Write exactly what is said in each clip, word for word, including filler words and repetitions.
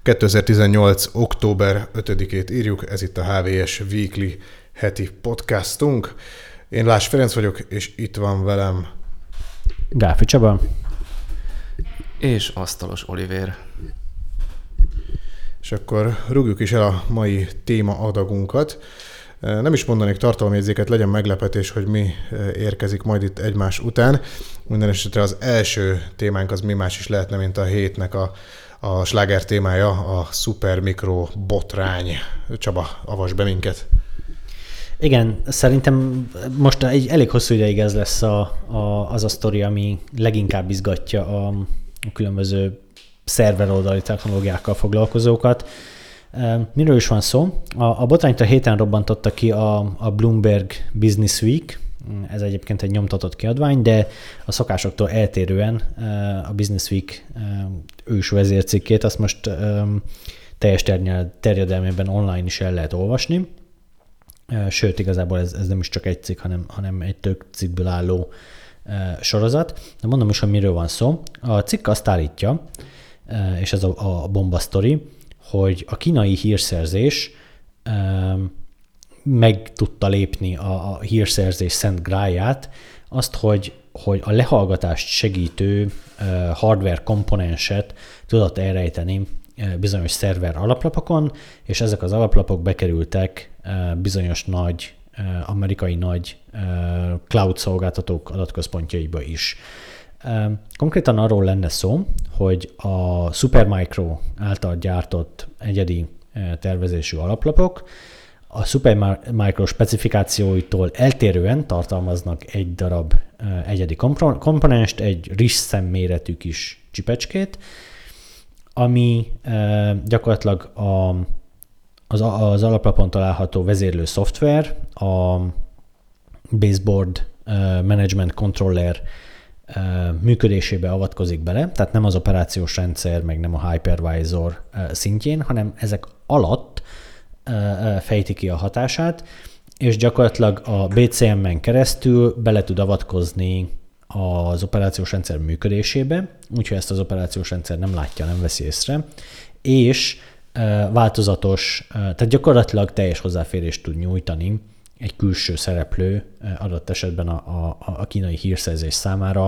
kétezer-tizennyolc. október ötödikét írjuk, ez itt a há vé es Weekly heti podcastunk. Én Lász Ferenc vagyok, és itt van velem Gáfi Csaba. És Asztalos Olivér. És akkor rúgjuk is el a mai téma adagunkat. Nem is mondanék tartalomjegyzéket, legyen meglepetés, hogy mi érkezik majd itt egymás után. Minden esetre az első témánk az mi más is lehetne, mint a hétnek a, a sláger témája, a szupermikro botrány. Csaba, avasd be minket! Igen, szerintem most egy elég hosszú ideig ez lesz a, a, az a sztori, ami leginkább izgatja a, a különböző szerveroldali technológiákkal foglalkozókat. Miről is van szó? A, a botrányt a héten robbantotta ki a, a Bloomberg Business Week, ez egyébként egy nyomtatott kiadvány, de a szokásoktól eltérően a Business Week ős vezércikkét azt most teljes terjedelmében online is el lehet olvasni. Sőt, igazából ez, ez nem is csak egy cikk, hanem, hanem egy tök cikkből álló sorozat. De mondom is, hogy miről van szó. A cikk azt állítja, és ez a, a bomba sztori, hogy a kínai hírszerzés meg tudta lépni a, a hírszerzés szent grálját, azt, hogy, hogy a lehallgatást segítő hardware komponenset tudott elrejteni bizonyos szerver alaplapokon, és ezek az alaplapok bekerültek bizonyos nagy, amerikai nagy cloud szolgáltatók adatközpontjaiba is. Konkrétan arról lenne szó, hogy a Supermicro által gyártott egyedi tervezésű alaplapok a Supermicro specifikációitól eltérően tartalmaznak egy darab egyedi komponenst, egy rizsszemméretű kis csipecskét, ami gyakorlatilag a, az, az alaplapon található vezérlő szoftver, a baseboard management controller működésébe avatkozik bele, tehát nem az operációs rendszer, meg nem a hypervisor szintjén, hanem ezek alatt fejti ki a hatását, és gyakorlatilag a bé cé em-en keresztül bele tud avatkozni az operációs rendszer működésébe, úgyhogy ezt az operációs rendszer nem látja, nem veszi észre, és változatos, tehát gyakorlatilag teljes hozzáférést tud nyújtani egy külső szereplő, adott esetben a, a, a kínai hírszerzés számára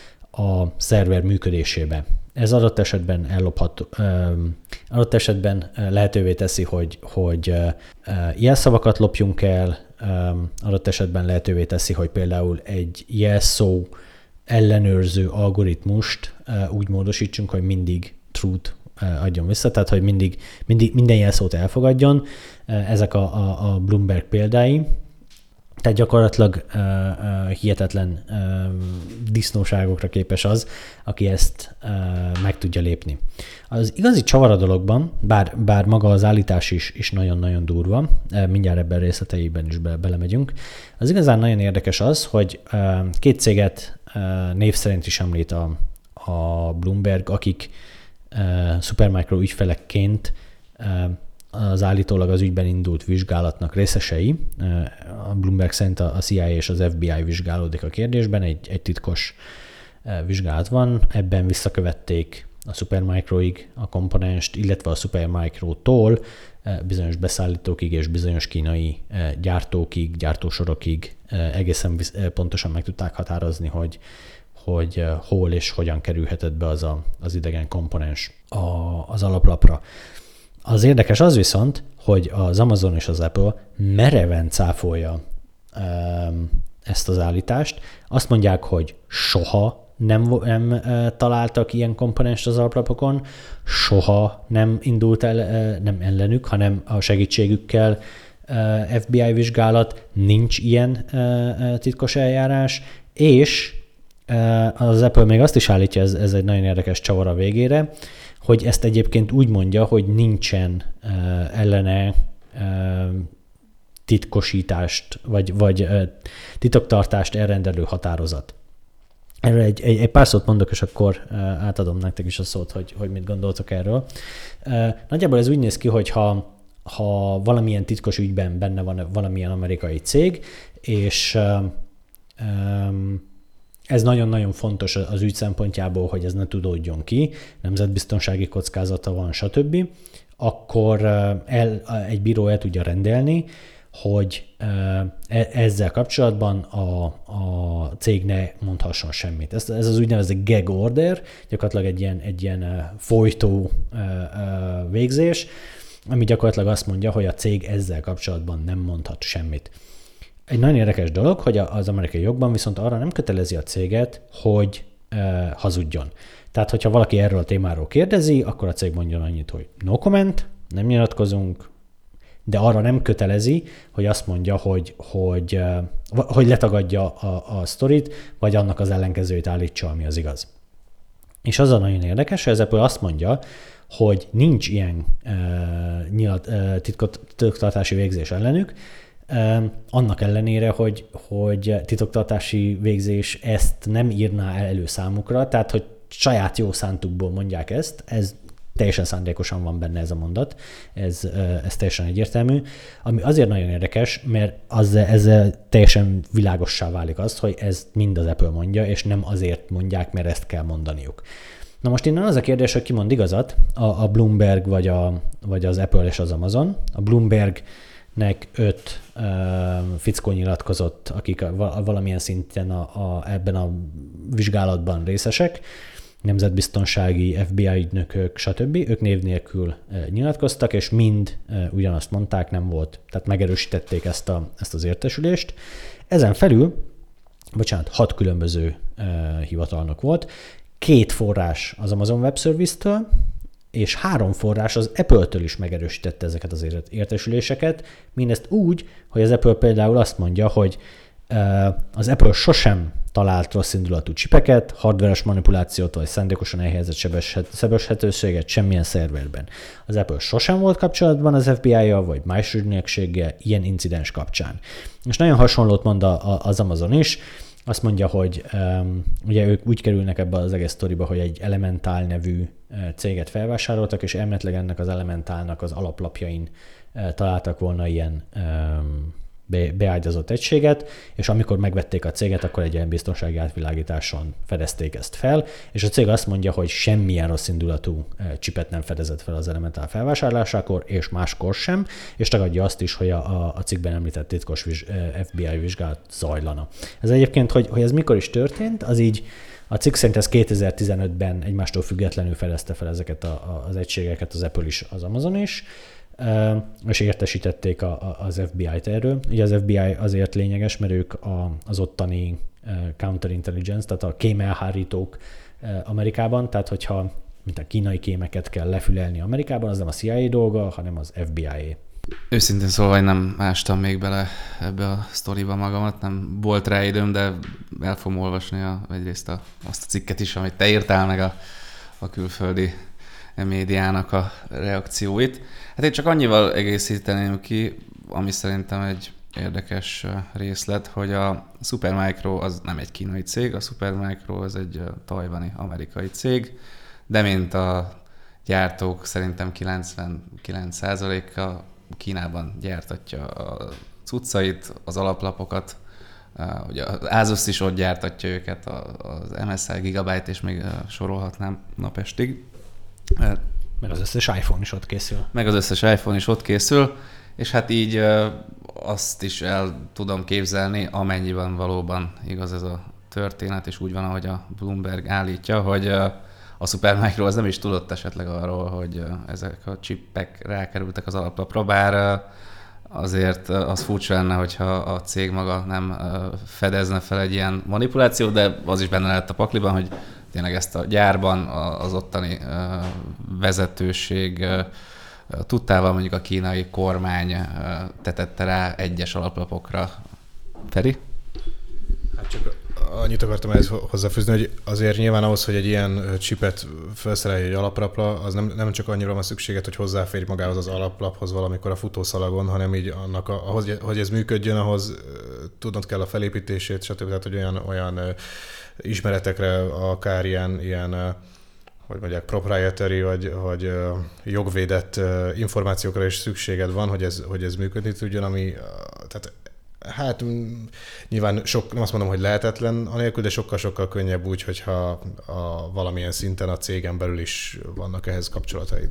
a szerver működésébe. Ez adott esetben ellophat, adott esetben lehetővé teszi, hogy, hogy jelszavakat lopjunk el, adott esetben lehetővé teszi, hogy például egy jelszó ellenőrző algoritmust úgy módosítsunk, hogy mindig truth adjon vissza, tehát hogy mindig, mindig minden jelszót elfogadjon. Ezek a, a, a Bloomberg példái. Tehát gyakorlatilag uh, uh, hihetetlen uh, disznóságokra képes az, aki ezt uh, meg tudja lépni. Az igazi csavar a dologban, bár, bár maga az állítás is, is nagyon-nagyon durva, uh, mindjárt ebben részleteiben is be, belemegyünk, az igazán nagyon érdekes az, hogy uh, két céget uh, név szerint is említ a, a Bloomberg, akik uh, Supermicro ügyfelekként uh, az állítólag az ügyben indult vizsgálatnak részesei. A Bloomberg szerint a cé i á és az ef bé i vizsgálódik a kérdésben, egy, egy titkos vizsgálat van, ebben visszakövették a Supermicroig a komponenst, illetve a Supermicro-tól bizonyos beszállítókig és bizonyos kínai gyártókig, gyártósorokig egészen pontosan meg tudták határozni, hogy, hogy hol és hogyan kerülhetett be az, a, az idegen komponens a, az alaplapra. Az érdekes az viszont, hogy az Amazon és az Apple mereven cáfolja um, ezt az állítást. Azt mondják, hogy soha nem, nem uh, találtak ilyen komponenst az alaplapokon, soha nem indult el, uh, nem ellenük, hanem a segítségükkel uh, ef bé i vizsgálat, nincs ilyen uh, titkos eljárás, és uh, az Apple még azt is állítja, ez, ez egy nagyon érdekes csavar a végére, hogy ezt egyébként úgy mondja, hogy nincsen uh, ellene uh, titkosítást, vagy, vagy uh, titoktartást elrendelő határozat. Erről egy, egy, egy pár szót mondok, és akkor uh, átadom nektek is a szót, hogy, hogy mit gondoltok erről. Uh, nagyjából ez úgy néz ki, hogy ha, ha valamilyen titkos ügyben benne van valamilyen amerikai cég, és uh, um, ez nagyon-nagyon fontos az ügy szempontjából, hogy ez ne tudódjon ki, nemzetbiztonsági kockázata van, stb., akkor el, egy bíró el tudja rendelni, hogy ezzel kapcsolatban a, a cég ne mondhasson semmit. Ez, ez az úgynevezett gag order, gyakorlatilag egy ilyen, egy ilyen folytó végzés, ami gyakorlatilag azt mondja, hogy a cég ezzel kapcsolatban nem mondhat semmit. Egy nagyon érdekes dolog, hogy az amerikai jogban viszont arra nem kötelezi a céget, hogy hazudjon. Tehát, hogyha valaki erről a témáról kérdezi, akkor a cég mondjon annyit, hogy no comment, nem nyilatkozunk, de arra nem kötelezi, hogy azt mondja, hogy, hogy, hogy letagadja a, a sztorit, vagy annak az ellenkezőjét állítsa, ami az igaz. És az a nagyon érdekes, hogy ez ebből azt mondja, hogy nincs ilyen uh, nyilat, uh, titoktartási végzés ellenük, uh, annak ellenére, hogy, hogy titoktartási végzés ezt nem írná elő számukra, tehát hogy saját jó szántukból mondják ezt, ez teljesen szándékosan van benne ez a mondat, ez, ez teljesen egyértelmű, ami azért nagyon érdekes, mert az, ezzel teljesen világossá válik az, hogy ez mind az Apple mondja, és nem azért mondják, mert ezt kell mondaniuk. Na most innen az a kérdés, hogy ki mond igazat, a, a Bloomberg vagy, a, vagy az Apple és az Amazon. A Bloombergnek öt uh, fickó nyilatkozott, akik a, valamilyen szinten a, a, ebben a vizsgálatban részesek, nemzetbiztonsági, ef bé i ügynökök, stb. Ők név nélkül nyilatkoztak, és mind ugyanazt mondták, nem volt. Tehát megerősítették ezt, a, ezt az értesülést. Ezen felül, bocsánat, hat különböző uh, hivatalnok volt, két forrás az Amazon Web Service-től, és három forrás az Apple-től is megerősítette ezeket az értesüléseket, mindezt úgy, hogy az Apple például azt mondja, hogy uh, az Apple sosem talált rosszindulatú csipeket, hardveres manipulációt vagy szándékosan elhelyezett sebezhetőséget semmilyen szerverben. Az Apple sosem volt kapcsolatban az ef bé i-jal vagy más ügynökséggel ilyen incidens kapcsán. És nagyon hasonlót mond a, a, az Amazon is, azt mondja, hogy um, ugye ők úgy kerülnek ebbe az egész sztoriba, hogy egy Elemental nevű uh, céget felvásároltak, és elméletileg ennek az Elementalnak az alaplapjain uh, találtak volna ilyen um, be, beágyazott egységet, és amikor megvették a céget, akkor egy ilyen biztonsági átvilágításon fedezték ezt fel, és a cég azt mondja, hogy semmilyen rosszindulatú uh, csipet nem fedezett fel az Elemental felvásárlásakor, és máskor sem, és tagadja azt is, hogy a, a, a cikkben említett titkos viz, uh, ef bé i vizsgálat zajlana. Ez egyébként, hogy, hogy ez mikor is történt, az így a cikk szerint ez kétezer-tizenötben egymástól függetlenül fedezte fel ezeket a, a, az egységeket, az Apple is, az Amazon is, és értesítették a, a, az ef bé i-t erről. Ugye az ef bé i azért lényeges, mert ők a, az ottani counterintelligence, tehát a kémelhárítók Amerikában, tehát hogyha mint a kínai kémeket kell lefülelni Amerikában, az nem a cé i á dolga, hanem az ef bé i-é. Őszintén szólva, hogy nem ástam még bele ebbe a sztoriba magamat, nem volt rá időm, de el fogom olvasni a, egyrészt a, azt a cikket is, amit te írtál, meg a, a külföldi médiának a reakcióit. Hát én csak annyival egészíteném ki, ami szerintem egy érdekes részlet, hogy a Supermicro az nem egy kínai cég, a Supermicro az egy tajvani amerikai cég, de mint a gyártók szerintem kilencvenkilenc százaléka Kínában gyártatja a cuccait, az alaplapokat, ugye az Asus is ott gyártatja őket, az em es i, Gigabyte, és még sorolhatnám napestig. Meg az összes iPhone is ott készül. Meg az összes iPhone is ott készül, és hát így azt is el tudom képzelni, amennyiben valóban igaz ez a történet, és úgy van, ahogy a Bloomberg állítja, hogy a Supermicro az nem is tudott esetleg arról, hogy ezek a chipek rákerültek az alaplapra, bár azért az furcsa lenne, hogyha a cég maga nem fedezne fel egy ilyen manipulációt, de az is benne lett a pakliban, hogy tényleg ezt a gyárban az ottani vezetőség tudtával mondjuk a kínai kormány tetette rá egyes alaplapokra. Feri? Hát csak annyit akartam ehhez hozzáfűzni, hogy azért nyilván ahhoz, hogy egy ilyen chipet felszerelj egy alaplapra, az nem, nem csak annyira van szükséget, hogy hozzáférj magához az alaplaphoz valamikor a futószalagon, hanem így annak, a, ahhoz, hogy ez működjön, ahhoz tudnod kell a felépítését, stb. Tehát, hogy olyan, olyan ismeretekre, akár ilyen, ilyen hogy mondják, proprietary, vagy, vagy jogvédett információkra is szükséged van, hogy ez, hogy ez működni tudjon, ami, tehát hát nyilván sok, nem azt mondom, hogy lehetetlen anélkül, de sokkal-sokkal könnyebb úgy, hogyha a valamilyen szinten a cégen belül is vannak ehhez kapcsolataid.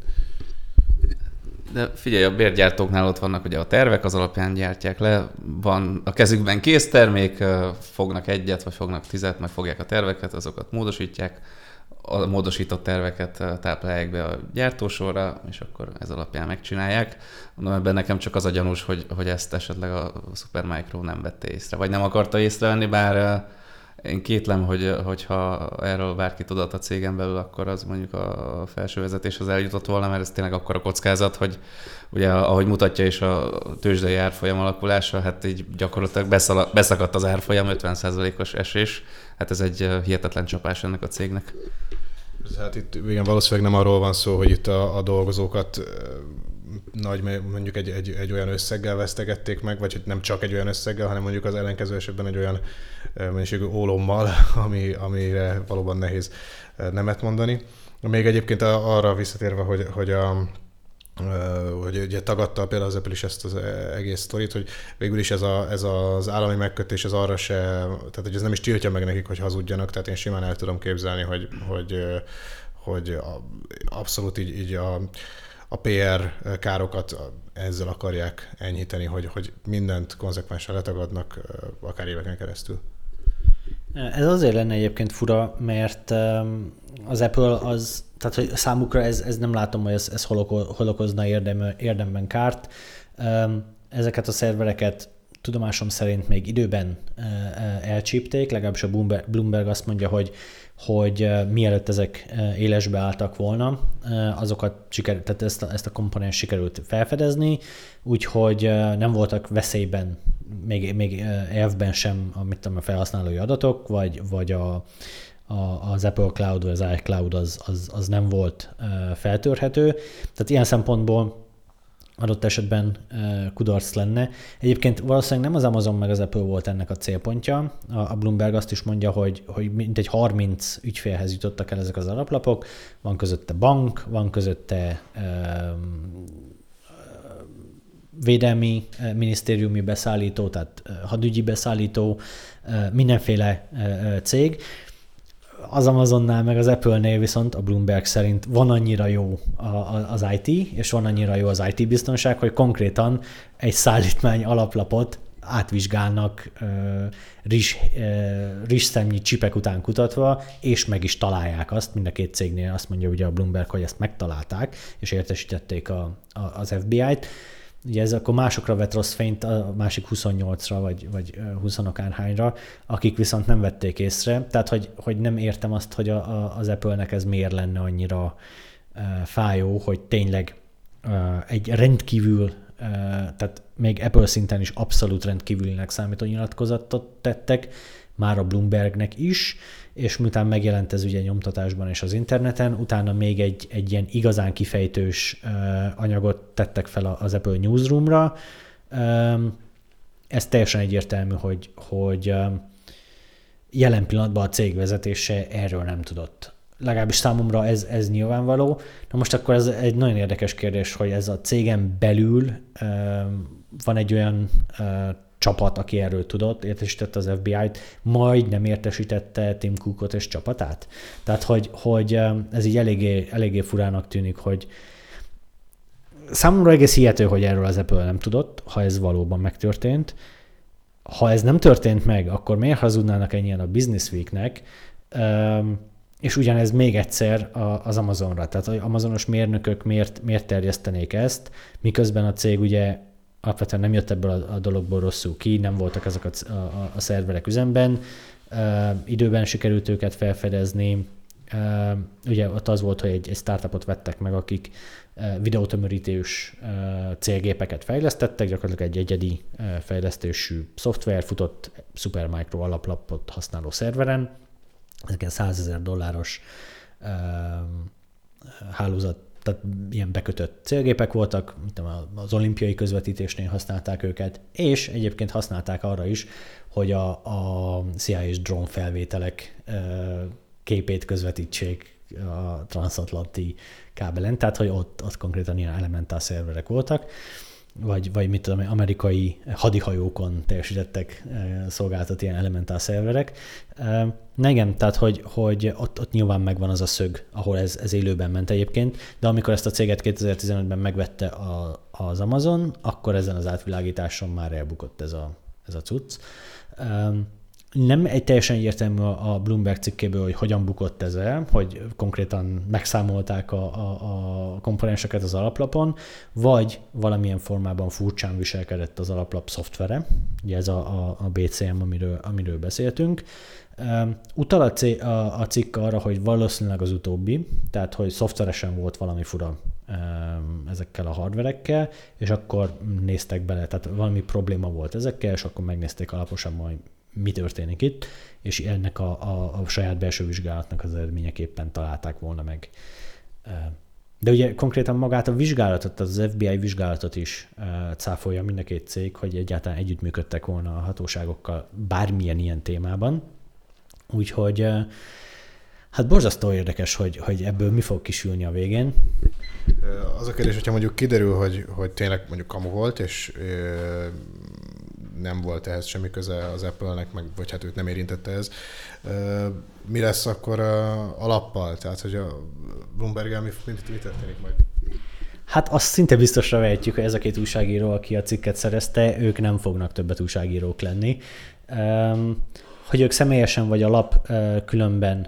De figyelj, a bérgyártóknál ott vannak ugye a tervek, az alapján gyártják le, van a kezükben késztermék, fognak egyet, vagy fognak tizet, meg fogják a terveket, azokat módosítják, a módosított terveket táplálják be a gyártósorra, és akkor ez alapján megcsinálják. Mondom, ebben nekem csak az a gyanús, hogy, hogy ezt esetleg a Supermicro nem vette észre, vagy nem akarta észrevenni, bár én kétlem, hogy, hogyha erről bárki tudott a cégen belül, akkor az mondjuk a felső vezetéshez eljutott volna, mert ez tényleg akkora kockázat, hogy ugye ahogy mutatja is a tőzsdei árfolyam alakulása, hát így gyakorlatilag beszala, beszakadt az árfolyam, ötven százalékos esés, hát ez egy hihetetlen csapás ennek a cégnek. Hát itt igen, valószínűleg nem arról van szó, hogy itt a, a dolgozókat nagy, mondjuk egy, egy, egy olyan összeggel vesztegették meg, vagy hogy nem csak egy olyan összeggel, hanem mondjuk az ellenkező esetben egy olyan mennyiségű ólommal, ami, amire valóban nehéz nemet mondani. Még egyébként arra visszatérve, hogy, hogy a hogy ugye tagadta például az Apple is ezt az egész sztorit, hogy végül is ez, a, ez az állami megkötés az arra se, tehát hogy ez nem is tiltja meg nekik, hogy hazudjanak, tehát én simán el tudom képzelni, hogy, hogy, hogy abszolút így, így a, a pé er károkat ezzel akarják enyhíteni, hogy, hogy mindent konzekvensen letagadnak akár éveken keresztül. Ez azért lenne egyébként fura, mert az Apple az, tehát hogy számukra ez, ez nem látom, hogy ez, ez hol, hol okozna érdem, érdemben kárt. Ezeket a szervereket tudomásom szerint még időben elcsípték, legalábbis a Bloomberg azt mondja, hogy, hogy mielőtt ezek élesbe álltak volna, azokat sikerült, tehát ezt a, ezt a komponens sikerült felfedezni, úgyhogy nem voltak veszélyben, még, még elvben sem a, mit tudom, a felhasználói adatok, vagy, vagy a, a, az Apple Cloud vagy az iCloud az, az, az nem volt feltörhető. Tehát ilyen szempontból adott esetben kudarc lenne. Egyébként valószínűleg nem az Amazon meg az Apple volt ennek a célpontja. A Bloomberg azt is mondja, hogy, hogy mintegy harminc ügyfélhez jutottak el ezek az alaplapok. Van közötte bank, van közötte um, védelmi minisztériumi beszállító, tehát hadügyi beszállító, mindenféle cég. Az Amazonnál meg az Apple-nél viszont a Bloomberg szerint van annyira jó az i té, és van annyira jó az i té biztonság, hogy konkrétan egy szállítmány alaplapot átvizsgálnak rizs, rizsszemnyi csipek után kutatva, és meg is találják azt, mind a két cégnél azt mondja ugye a Bloomberg, hogy ezt megtalálták, és értesítették a, a, az ef bé í-t. Ugye ez akkor másokra vett rossz fényt, a másik huszonnyolcra, vagy, vagy huszonakárhányra, akik viszont nem vették észre. Tehát, hogy, hogy nem értem azt, hogy a, a, az Apple-nek ez miért lenne annyira uh, fájó, hogy tényleg uh, egy rendkívül, uh, tehát még Apple szinten is abszolút rendkívülinek számító nyilatkozatot tettek, már a Bloombergnek is, és miután megjelent ez ugye nyomtatásban és az interneten, utána még egy, egy ilyen igazán kifejtős uh, anyagot tettek fel az Apple Newsroomra. Um, ez teljesen egyértelmű, hogy, hogy um, jelen pillanatban a cég vezetése erről nem tudott. Legalábbis számomra ez, ez nyilvánvaló. Na most akkor ez egy nagyon érdekes kérdés, hogy ez a cégen belül um, van egy olyan uh, csapat, aki erről tudott, értesítette az ef bé í-t, majd nem értesítette Tim Cookot és csapatát. Tehát, hogy, hogy ez így eléggé, eléggé furának tűnik, hogy számomra egész hihető, hogy erről az Apple nem tudott, ha ez valóban megtörtént. Ha ez nem történt meg, akkor miért hazudnának ennyien a Business Weeknek, és ugyanez még egyszer az Amazonra. Tehát az amazonos mérnökök miért, miért terjesztenék ezt, miközben a cég ugye alapvetően nem jött ebből a, a dologból rosszul ki, nem voltak ezek a, a, a szerverek üzemben, uh, időben sikerült őket felfedezni. Uh, ugye ott az volt, hogy egy, egy startupot vettek meg, akik uh, videótömörítős uh, célgépeket fejlesztettek, gyakorlatilag egy egyedi uh, fejlesztésű szoftver futott Supermicro alaplapot használó szerveren. Ezek százezer dolláros uh, hálózat, tehát ilyen bekötött célgépek voltak, az olimpiai közvetítésnél használták őket, és egyébként használták arra is, hogy a, a cé i á-s drón felvételek képét közvetítsék a transatlanti kábelen, tehát hogy ott, ott konkrétan ilyen elementál szerverek voltak. vagy, vagy mit tudom, amerikai hadihajókon teljesítettek szolgáltat ilyen elementál szerverek. Na igen, tehát hogy, hogy ott, ott nyilván megvan az a szög, ahol ez, ez élőben ment egyébként, de amikor ezt a céget kétezer-tizenötben megvette a, az Amazon, akkor ezen az átvilágításon már elbukott ez a, ez a cucc. Nem egy teljesen egyértelmű a Bloomberg cikkéből, hogy hogyan bukott ez el, hogy konkrétan megszámolták a, a, a komponenseket az alaplapon, vagy valamilyen formában furcsán viselkedett az alaplap szoftvere, ugye ez a, a, a bé cé em, amiről, amiről beszéltünk. Utal a, c, a, a cikk arra, hogy valószínűleg az utóbbi, tehát hogy szoftveresen volt valami fura ezekkel a hardverekkel, és akkor néztek bele, tehát valami probléma volt ezekkel, és akkor megnézték alaposabban, hogy mi történik itt, és ennek a, a, a saját belső vizsgálatnak az eredményeképpen találták volna meg. De ugye konkrétan magát a vizsgálatot, az ef bé i vizsgálatot is cáfolja mind a két cég, hogy egyáltalán együttműködtek volna a hatóságokkal bármilyen ilyen témában. Úgyhogy hát borzasztó érdekes, hogy, hogy ebből mi fog kisülni a végén. Az a kérdés, hogyha mondjuk kiderül, hogy, hogy tényleg mondjuk kamu volt, és nem volt ehhez semmi köze az Apple-nek, meg, vagy hát őt nem érintette ez. Mi lesz akkor a lappal? Tehát, hogy a Bloomberg-el mi, mi történik majd? Hát azt szinte biztosra vehetjük, hogy ez a két újságíró, aki a cikket szerezte, ők nem fognak többet újságírók lenni. Hogy ők személyesen vagy a lap különben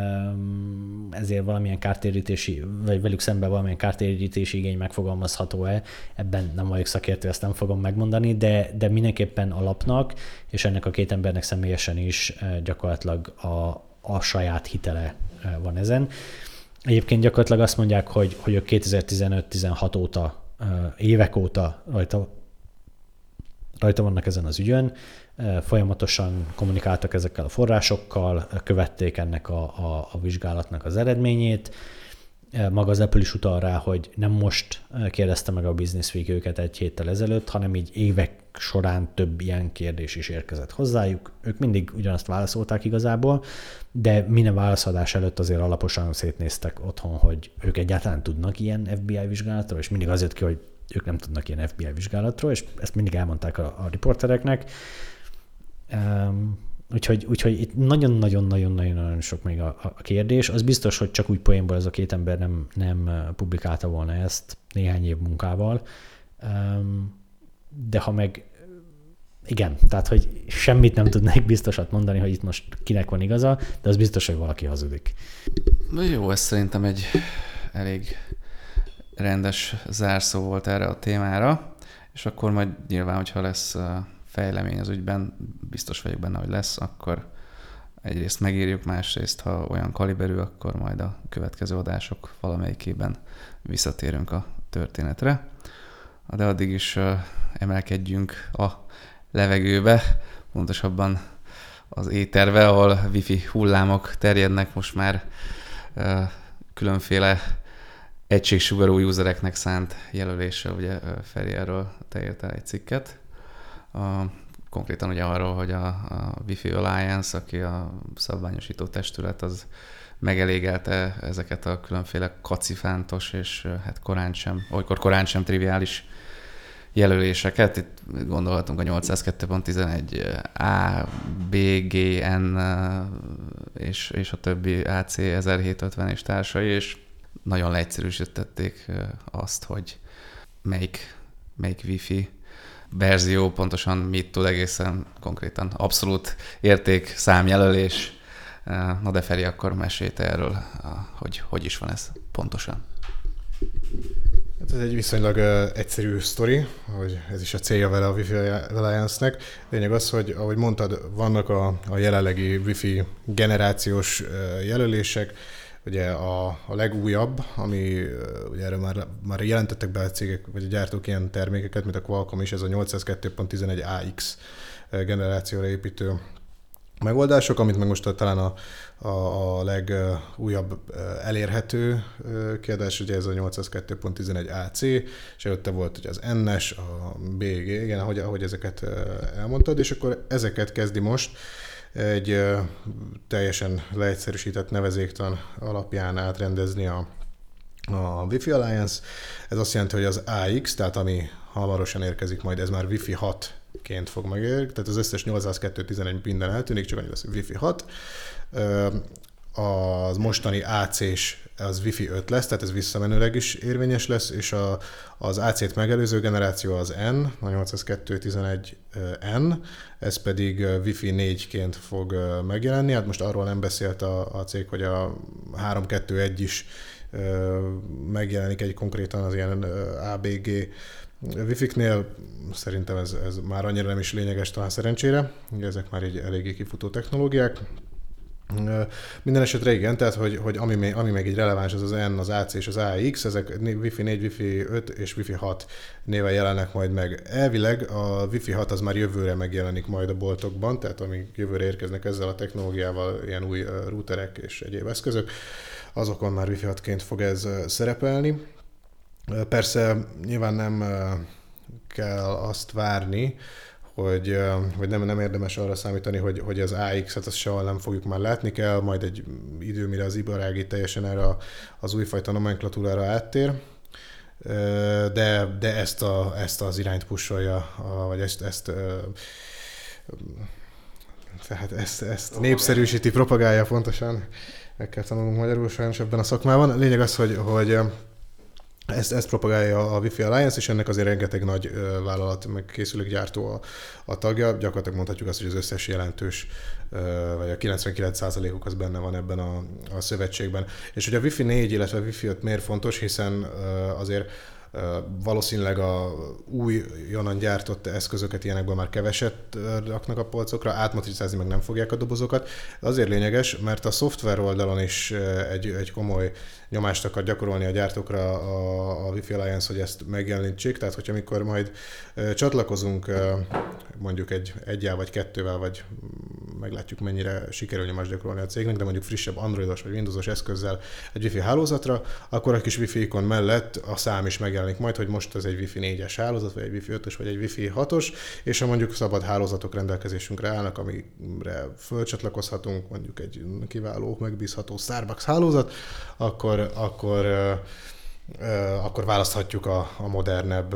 ezért valamilyen kártérítési, vagy velük szemben valamilyen kártérítési igény megfogalmazható-e, ebben nem vagyok szakértő, ezt nem fogom megmondani, de, de mindenképpen a lapnak, és ennek a két embernek személyesen is gyakorlatilag a, a saját hitele van ezen. Egyébként gyakorlatilag azt mondják, hogy, hogy ők kétezer-tizenöt-tizenhat óta, évek óta rajta, rajta vannak ezen az ügyön, folyamatosan kommunikáltak ezekkel a forrásokkal, követték ennek a, a, a vizsgálatnak az eredményét. Maga az Apple is utal rá, hogy nem most kérdezte meg a Business Week őket egy héttel ezelőtt, hanem így évek során több ilyen kérdés is érkezett hozzájuk. Ők mindig ugyanazt válaszolták igazából, de minden válaszadás előtt azért alaposan szétnéztek otthon, hogy ők egyáltalán tudnak ilyen ef bé i vizsgálatról, és mindig az jött ki, hogy ők nem tudnak ilyen ef bé i vizsgálatról, és ezt mindig elmondták a, a riportereknek. Um, úgyhogy, úgyhogy itt nagyon-nagyon-nagyon-nagyon sok még a, a kérdés. Az biztos, hogy csak úgy poénból ez a két ember nem, nem publikálta volna ezt néhány év munkával. Um, de ha meg igen, tehát hogy semmit nem tudnék biztosat mondani, hogy itt most kinek van igaza, de az biztos, hogy valaki hazudik. Jó, ez szerintem egy elég rendes zárszó volt erre a témára, és akkor majd nyilván, hogyha lesz fejlemény az ügyben, biztos vagyok benne, hogy lesz, akkor egyrészt megírjuk, másrészt, ha olyan kaliberű, akkor majd a következő adások valamelyikében visszatérünk a történetre. De addig is emelkedjünk a levegőbe, pontosabban az éterbe, ahol wifi hullámok terjednek most már különféle egységsugarú usereknek szánt jelöléssel, ugye Feri, erről te írtál egy cikket. A, konkrétan ugye arról, hogy a, a Wi-Fi Alliance, aki a szabványosító testület, az megelégelte ezeket a különféle kacifántos és hát korán sem, olykor korán sem triviális jelöléseket. Itt gondolhatunk a nyolcszázkettő pont tizenegy A, B, G, N és, és a többi á cé ezerhétszázötven és társai, és nagyon leegyszerűsítették azt, hogy melyik, melyik Wi-Fi verzió pontosan mit tud egészen konkrétan. Abszolút érték, számjelölés. Na de Feri, akkor mesélj te erről, hogy hogy is van ez pontosan. Hát ez egy viszonylag uh, egyszerű sztori, hogy ez is a célja vele a Wi-Fi Alliance-nek. Lényeg az, hogy ahogy mondtad, vannak a, a jelenlegi Wi-Fi generációs uh, jelölések. Ugye a, a legújabb, ami ugye erről már, már jelentettek be a cégek, vagy a gyártók ilyen termékeket, mint a Qualcomm is, ez a nyolcszázkettő pont tizenegy á iksz generációra építő megoldások, amit meg most talán a, a, a legújabb elérhető kiadás, ugye ez a nyolcszázkettő pont tizenegy á cé, és előtte volt ugye az en-es, a bé gé, igen, ahogy, ahogy ezeket elmondtad, és akkor ezeket kezdi most egy uh, teljesen leegyszerűsített nevezéktan alapján átrendezni a, a Wi-Fi Alliance. Ez azt jelenti, hogy az á iksz, tehát ami hamarosan érkezik majd, ez már Wi-Fi hatként fog megérkezni, tehát az összes nyolcszázkettő tizenegy minden eltűnik, csak annyi lesz, hogy Wi-Fi hat. Az mostani á cés az Wi-Fi öt lesz, tehát ez visszamenőleg is érvényes lesz, és a, az á cét megelőző generáció az N, a nyolcszázkettő tizenegy N, ez pedig Wi-Fi négyként fog megjelenni. Hát most arról nem beszélt a, a cég, hogy a három kettő egy is megjelenik egy konkrétan az ilyen á bé gé Wi-Fi-knél. Szerintem ez, ez már annyira nem is lényeges, talán szerencsére. Ezek már így eléggé kifutó technológiák. Minden esetre igen, tehát hogy, hogy ami, még, ami még egy releváns, az az N, az á cé és az á iksz, ezek Wi-Fi négy, Wi-Fi öt és Wi-Fi hat néven jelennek majd meg. Elvileg a Wi-Fi hat az már jövőre megjelenik majd a boltokban, tehát amíg jövőre érkeznek ezzel a technológiával ilyen új routerek és egyéb eszközök, azokon már Wi-Fi hatként fog ez szerepelni. Persze nyilván nem kell azt várni, hogy, hogy nem, nem érdemes arra számítani, hogy, hogy az á iksz-et azt sehol nem fogjuk már látni kell, majd egy idő, mire az iparág teljesen erre az újfajta nomenklatúrára áttér, de, de ezt, a, ezt az irányt pusolja, vagy ezt, ezt, tehát ezt, ezt népszerűsíti, propagálja pontosan, meg kell tanulnunk magyarul sajnos ebben a szakmában. Lényeg az, hogy, hogy Ezt, ezt propagálja a Wi-Fi Alliance, és ennek azért rengeteg nagy ö, vállalat, meg készülékgyártó a, a tagja. Gyakorlatilag mondhatjuk azt, hogy az összes jelentős, ö, vagy a kilencvenkilenc százalékuk az benne van ebben a, a szövetségben. És hogy a Wi-Fi négy, illetve a Wi-Fi öt miért fontos, hiszen ö, azért valószínűleg a újonnan gyártott eszközöket ilyenekből már keveset raknak a polcokra, átmatricázni meg nem fogják a dobozokat. Azért lényeges, mert a szoftver oldalon is egy, egy komoly nyomást akar gyakorolni a gyártókra a, a Wi-Fi Alliance, hogy ezt megjelenítsék. Tehát, hogyha amikor majd csatlakozunk mondjuk egy egyel vagy kettővel, vagy meglátjuk, mennyire sikerül nyomást gyakorolni a cégnek, de mondjuk frissebb androidos vagy windowsos eszközzel egy Wi-Fi hálózatra, akkor a kis Wi-Fi ikon mellett a szám is megjelenik majd, hogy most ez egy Wi-Fi négyes hálózat, vagy egy Wi-Fi ötös, vagy egy Wi-Fi hatos, és ha mondjuk szabad hálózatok rendelkezésünkre állnak, amire fölcsatlakozhatunk, mondjuk egy kiváló, megbízható Starbucks hálózat, akkor, akkor, akkor választhatjuk a, a modernebb,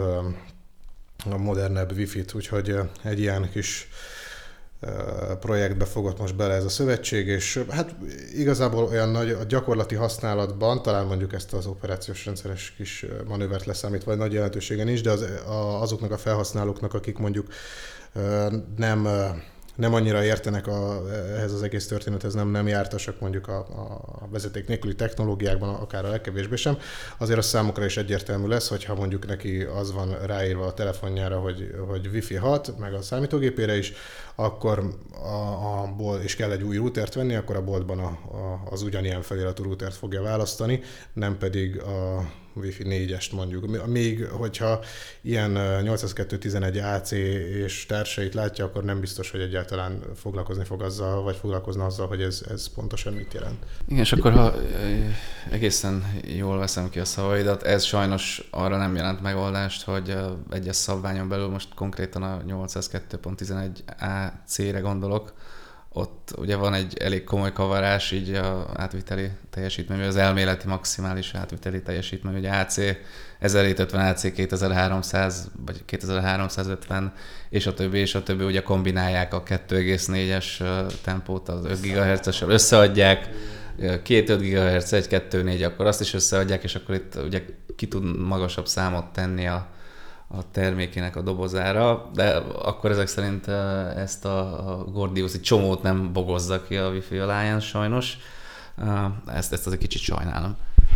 a modernebb Wi-Fi-t, úgyhogy egy ilyen kis projektbe fogott most bele ez a szövetség, és hát igazából olyan nagy a gyakorlati használatban, talán mondjuk ezt az operációs rendszeres kis manővert leszámítva, vagy nagy jelentősége nincs, de az, a, azoknak a felhasználóknak, akik mondjuk nem, nem annyira értenek a, ehhez az egész történethez, nem, nem jártasak mondjuk a, a vezeték nélküli technológiákban, akár a legkevésbé sem, azért a számukra is egyértelmű lesz, hogyha mondjuk neki az van ráírva a telefonjára, hogy, hogy Wi-Fi hat, meg a számítógépére is, akkor a, a bolt, és kell egy új routert venni, akkor a boltban a, a, az ugyanilyen feliratú routert fogja választani, nem pedig a Wi-Fi négyest mondjuk. Még hogyha ilyen nyolcszázkettő tizenegy á cé és társait látja, akkor nem biztos, hogy egyáltalán foglalkozni fog azzal, vagy foglalkozna azzal, hogy ez, ez pontosan mit jelent. Igen, és akkor ha egészen jól veszem ki a szavaidat, ez sajnos arra nem jelent megoldást, hogy egyes szabványon belül, most konkrétan a nyolcszázkettő pont tizenegy á cére gondolok, ott ugye van egy elég komoly kavarás így a átviteli teljesítmény, az elméleti maximális átviteli teljesítmény, ugye á cé ezerhétszázötven, á cé kétezer-háromszáz, vagy kétezer-háromszázötven, és a többi, és a többi ugye kombinálják a kettő egész négyes tempót az öt gigahertzessel, összeadják, két öt gigahertz, egy kettő négy, akkor azt is összeadják, és akkor itt ugye ki tud magasabb számot tenni a a termékének a dobozára, de akkor ezek szerint ezt a Gordiuszi csomót nem bogozza ki a Wi-Fi Alliance sajnos. Ezt, ezt az egy kicsit sajnálom.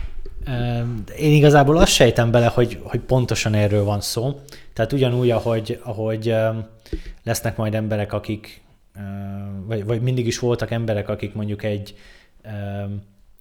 Én igazából azt sejtem bele, hogy, hogy pontosan erről van szó. Tehát ugyanúgy, ahogy, ahogy lesznek majd emberek, akik, vagy, vagy mindig is voltak emberek, akik mondjuk egy um,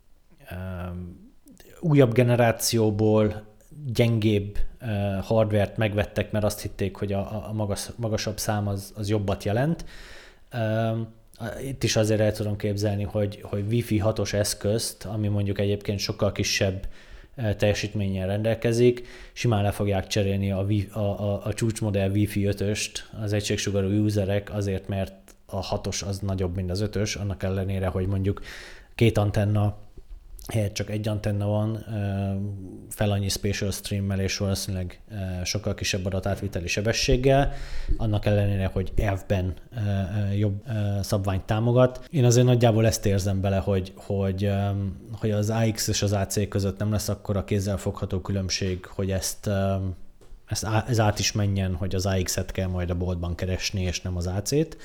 um, újabb generációból gyengébb uh, hardvert megvettek, mert azt hitték, hogy a, a magas, magasabb szám az, az jobbat jelent. Uh, itt is azért el tudom képzelni, hogy, hogy Wi-Fi hatos eszközt, ami mondjuk egyébként sokkal kisebb uh, teljesítménnyel rendelkezik, simán le fogják cserélni a, a, a, a csúcsmodell Wi-Fi ötöst az egységsugarú userek azért, mert a hatos az nagyobb, mint az ötös, annak ellenére, hogy mondjuk két antenna helyett csak egy antenna van, fel annyi spatial streammel és valószínűleg sokkal kisebb adatátviteli sebességgel, annak ellenére, hogy elvben jobb szabványt támogat. Én azért nagyjából ezt érzem bele, hogy, hogy, hogy az á iksz és az á cé között nem lesz akkora kézzelfogható különbség, hogy ezt, ezt ez át is menjen, hogy az á iksz-et kell majd a boltban keresni, és nem az á cét.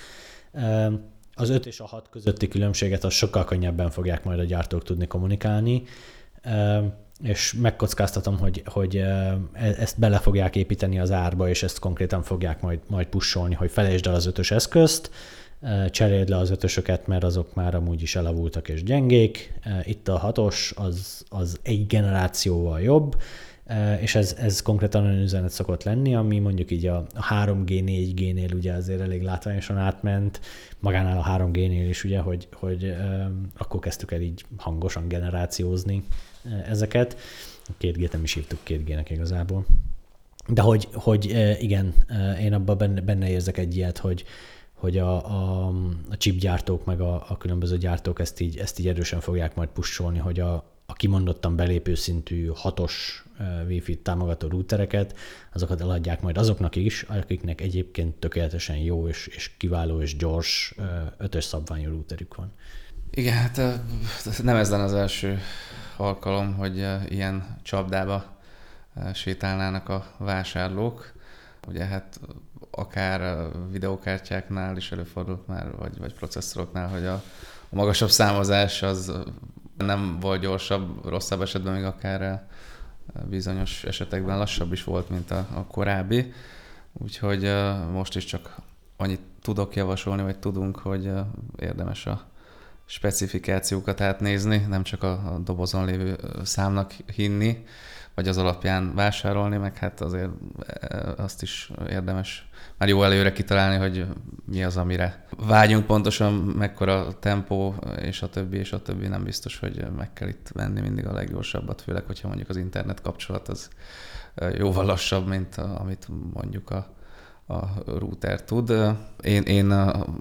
Az öt és a hat közötti különbséget az sokkal könnyebben fogják majd a gyártók tudni kommunikálni, és megkockáztatom, hogy, hogy ezt bele fogják építeni az árba, és ezt konkrétan fogják majd, majd pusolni, hogy felejtsd el az ötös eszközt, cseréld le az ötösöket, mert azok már amúgy is elavultak és gyengék. Itt a hatos az, az egy generációval jobb, és ez, ez konkrétan olyan üzenet szokott lenni, ami mondjuk így a három G, négy G-nél ugye azért elég látványosan átment, magánál a három G-nél is ugye, hogy, hogy um, akkor kezdtük el így hangosan generációzni uh, ezeket. két G-t nem is hívtuk két G-nek igazából. De hogy, hogy uh, igen, uh, én abban benne, benne érzek egy ilyet, hogy, hogy a, a, a chipgyártók meg a, a különböző gyártók ezt így, ezt így erősen fogják majd pusolni, hogy a, a kimondottan belépő szintű hatos Wi-Fi támogató routereket, azokat eladják majd azoknak is, akiknek egyébként tökéletesen jó és, és kiváló és gyors ötös szabványú routerük van. Igen, hát nem ez lenne az első alkalom, hogy ilyen csapdába sétálnának a vásárlók. Ugye hát akár videókártyáknál is előfordult már, vagy, vagy processzoroknál, hogy a, a magasabb számozás az nem volt gyorsabb, rosszabb esetben még akár bizonyos esetekben lassabb is volt, mint a, a korábbi. Úgyhogy uh, most is csak annyit tudok javasolni, vagy tudunk, hogy uh, érdemes a specifikációkat átnézni, nem csak a, a dobozon lévő számnak hinni, vagy az alapján vásárolni, meg hát azért azt is érdemes már jó előre kitalálni, hogy mi az, amire vágyunk pontosan, mekkora tempó, és a többi, és a többi. Nem biztos, hogy meg kell itt venni mindig a leggyorsabbat, főleg, hogyha mondjuk az internet kapcsolat az jóval lassabb, mint amit mondjuk a, a router tud. Én, én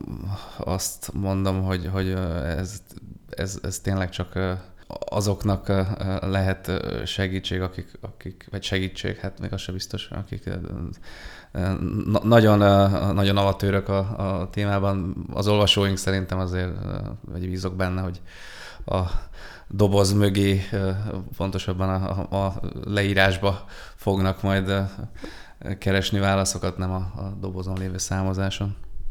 azt mondom, hogy, hogy ez, ez, ez tényleg csak azoknak lehet segítség, akik, akik, vagy segítség, hát még az sem biztos, akik nagyon, nagyon amatőrök a, a témában. Az olvasóink szerintem azért, vagy bízok benne, hogy a doboz mögé, pontosabban a, a leírásba fognak majd keresni válaszokat, nem a, a dobozon lévő számozáson.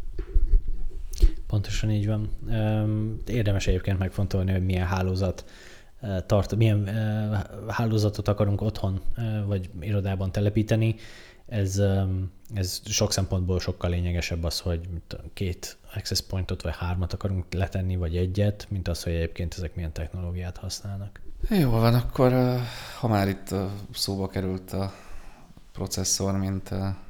Pontosan így van. Érdemes egyébként megfontolni, hogy milyen hálózat tart, milyen hálózatot akarunk otthon vagy irodában telepíteni. Ez, ez sok szempontból sokkal lényegesebb az, hogy két access pointot vagy hármat akarunk letenni, vagy egyet, mint az, hogy egyébként ezek milyen technológiát használnak. Jól van, akkor ha már itt szóba került a processzor, mint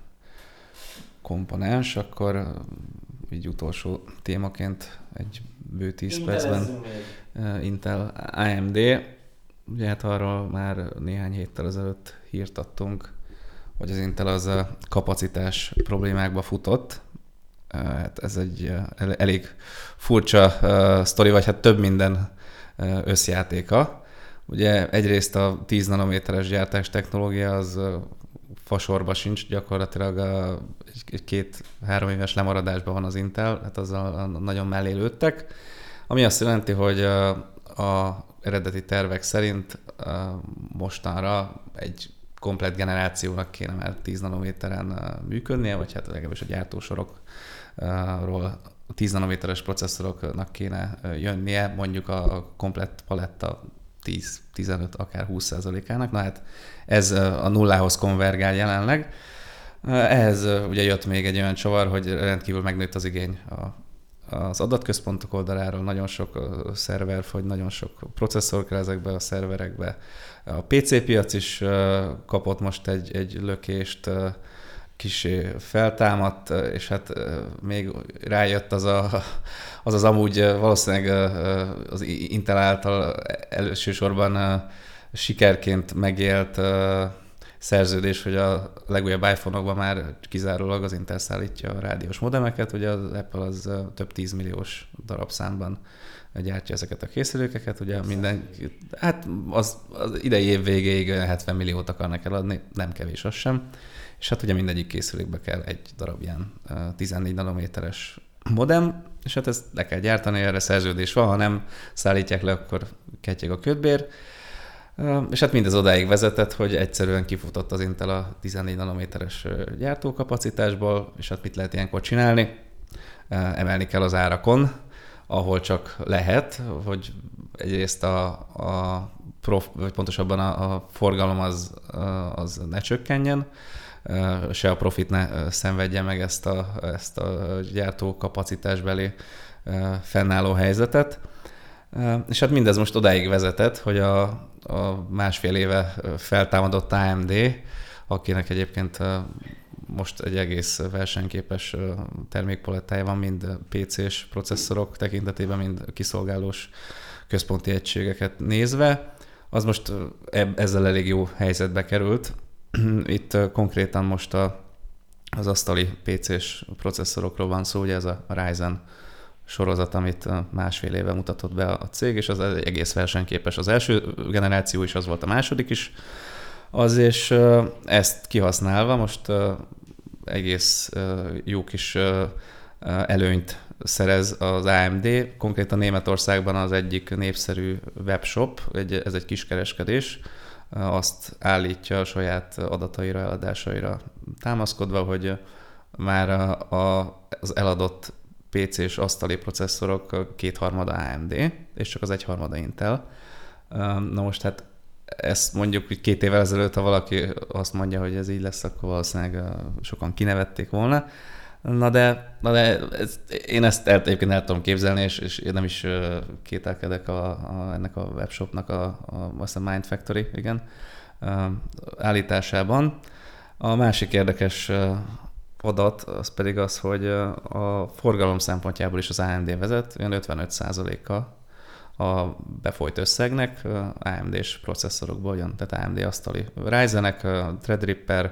komponens, akkor így utolsó témaként egy bő tíz percben Intel á em dé. Ugye hát arról már néhány héttel ezelőtt hírt adtunk, hogy az Intel az a kapacitás problémákba futott. Hát ez egy elég furcsa sztori, vagy hát több minden összjátéka. Ugye egyrészt a tíz nanométeres gyártás technológia az fasorba sincs, gyakorlatilag a, egy két-három éves lemaradásban van az Intel, hát azzal nagyon mellé lőttek, ami azt jelenti, hogy a, a eredeti tervek szerint mostanra egy komplett generációnak kéne már tíz nanométeren működnie, vagy hát legalábbis a gyártósorokról tíz nanométeres processzoroknak kéne jönnie, mondjuk a komplett paletta tíz, tizenöt, akár húsz százalékának. Na hát ez a nullához konvergál jelenleg. Ehhez ugye jött még egy olyan csavar, hogy rendkívül megnőtt az igény a, az adatközpontok oldaláról, nagyon sok szerver fogy, nagyon sok processzor kell ezekbe a szerverekbe. A pé cé piac is kapott most egy, egy lökést, kissé feltámadt, és hát még rájött az a, az, az amúgy valószínűleg az Intel által elsősorban sikerként megélt szerződés, hogy a legújabb iPhone-okban már kizárólag az Intel szállítja a rádiós modemeket, ugye az Apple az több tízmilliós darabszámban gyártja ezeket a készülékeket, ugye minden, hát az, az idei év végéig hetven milliót akarnak eladni, nem kevés az sem, és hát ugye mindegyik készülékbe kell egy darab ilyen tizennégy nanométeres modem, és hát ezt le kell gyártani, erre szerződés van, ha nem szállítják le, akkor kettyeg a kötbér. És hát mindez odáig vezetett, hogy egyszerűen kifutott az Intel a tizennégy nanométeres gyártókapacitásból, és hát mit lehet ilyenkor csinálni? Emelni kell az árakon, ahol csak lehet, hogy egyrészt a, a prof, vagy pontosabban a, a forgalom az, az ne csökkenjen, se a profit ne szenvedje meg ezt a, ezt a gyártókapacitásbeli fennálló helyzetet. És hát mindez most odáig vezetett, hogy a, a másfél éve feltámadott á em dé, akinek egyébként most egy egész versenyképes termékpalettája van, mind pé cés processzorok tekintetében, mind kiszolgálós központi egységeket nézve, az most ezzel elég jó helyzetbe került. Itt konkrétan most a, az asztali pé cés processzorokról van szó, ugye ez a Ryzen sorozat, amit másfél éve mutatott be a cég, és az egész versenyképes. Az első generáció is, az volt a második is, az, és ezt kihasználva most egész jó kis előnyt szerez az á em dé. Konkrétan Németországban az egyik népszerű webshop, egy, ez egy kiskereskedés, azt állítja a saját adataira, eladásaira támaszkodva, hogy már a, a, az eladott pé cés asztali processzorok kétharmada á em dé, és csak az egyharmada Intel. Na most hát ezt mondjuk hogy két évvel ezelőtt, ha valaki azt mondja, hogy ez így lesz, akkor valószínűleg sokan kinevették volna. Na de, na de ez, én ezt el, egyébként el tudom képzelni, és, és én nem is kételkedek a, a, ennek a webshopnak, a, a, azt a Mind Factory, igen, állításában. A másik érdekes adat az pedig az, hogy a forgalom szempontjából is az á em dé vezet, olyan ötvenöt százaléka a befolyt összegnek á em dés processzorokból jön, tehát á em dé asztali Ryzenek, Threadripper,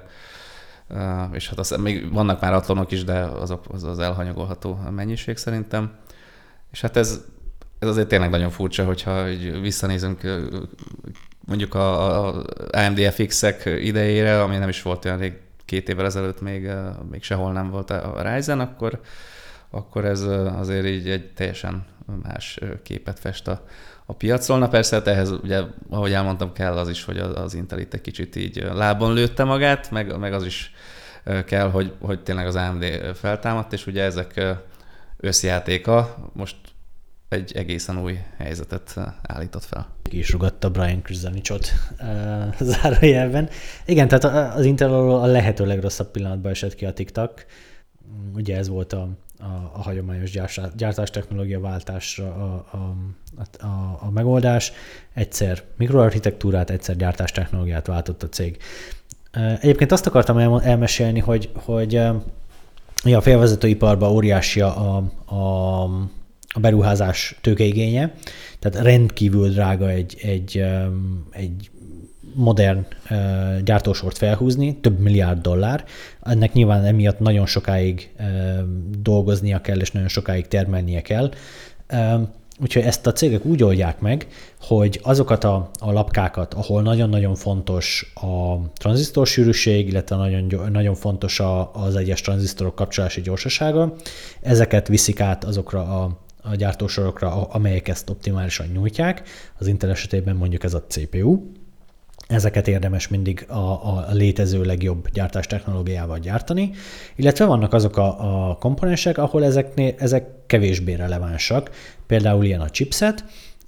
és hát az, még vannak már Athlonok is, de azok az, az elhanyagolható mennyiség szerintem. És hát ez, ez azért tényleg nagyon furcsa, hogyha visszanézünk mondjuk a, a á em dé ef iksz-ek idejére, ami nem is volt olyan rég, két évvel ezelőtt még, még sehol nem volt a Ryzen, akkor, akkor ez azért így egy teljesen más képet fest a, a piacról. Na persze, hát ehhez ugye, ahogy elmondtam, kell az is, hogy az Intel itt egy kicsit így lábon lőtte magát, meg, meg az is kell, hogy, hogy tényleg az á em dé feltámadt, és ugye ezek összjátéka most egy egészen új helyzetet állított fel. Ki is rugatta Brian Krzanicsot uh, zárójelben. Igen, tehát az Intel a lehető legrosszabb pillanatban esett ki a TikTok. Ugye ez volt a, a, a hagyományos gyártás technológia váltásra a, a, a, a megoldás. Egyszer mikroarchitektúrát, egyszer gyártás technológiát váltott a cég. Egyébként azt akartam el, elmesélni, hogy, hogy ja, a félvezetőiparban óriási a, a, a beruházás tőkeigénye, tehát rendkívül drága egy, egy, egy modern gyártósort felhúzni, több milliárd dollár. Ennek nyilván emiatt nagyon sokáig dolgoznia kell, és nagyon sokáig termelnie kell. Úgyhogy ezt a cégek úgy oldják meg, hogy azokat a, a lapkákat, ahol nagyon-nagyon fontos a tranzisztorsűrűség, illetve nagyon, nagyon fontos a, az egyes tranzisztorok kapcsolási gyorsasága, ezeket viszik át azokra a, a gyártósorokra, amelyek ezt optimálisan nyújtják. Az Intel esetében mondjuk ez a cé pé u. Ezeket érdemes mindig a, a létező legjobb gyártás technológiával gyártani, illetve vannak azok a, a komponensek, ahol ezeknél, ezek kevésbé relevánsak, például ilyen a chipset,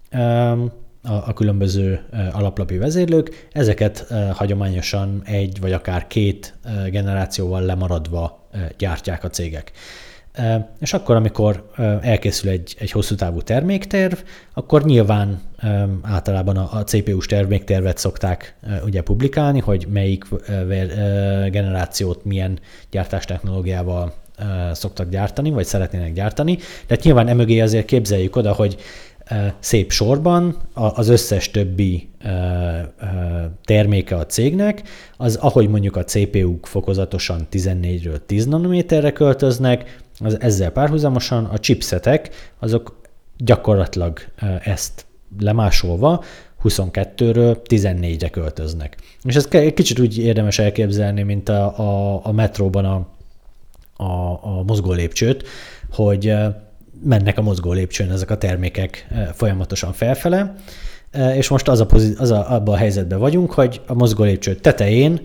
a, a különböző alaplapi vezérlők, ezeket hagyományosan egy vagy akár két generációval lemaradva gyártják a cégek. És akkor, amikor elkészül egy, egy hosszú távú termékterv, akkor nyilván általában a, a cé pé u-s terméktervet szokták ugye publikálni, hogy melyik generációt milyen gyártástechnológiával szoktak gyártani, vagy szeretnének gyártani. De nyilván emögé azért képzeljük oda, hogy szép sorban az összes többi terméke a cégnek, az ahogy mondjuk a cé pé u-k fokozatosan tizennégyről tíz nanométerre költöznek, az ezzel párhuzamosan a chipsetek azok gyakorlatilag ezt lemásolva huszonkettőről tizennégyre költöznek. És ezt kicsit úgy érdemes elképzelni, mint a, a, a metróban a, a, a mozgó lépcsőt, hogy mennek a mozgó lépcsőn ezek a termékek folyamatosan felfele, és most az a, pozit- az a, abban a helyzetben vagyunk, hogy a mozgó lépcső tetején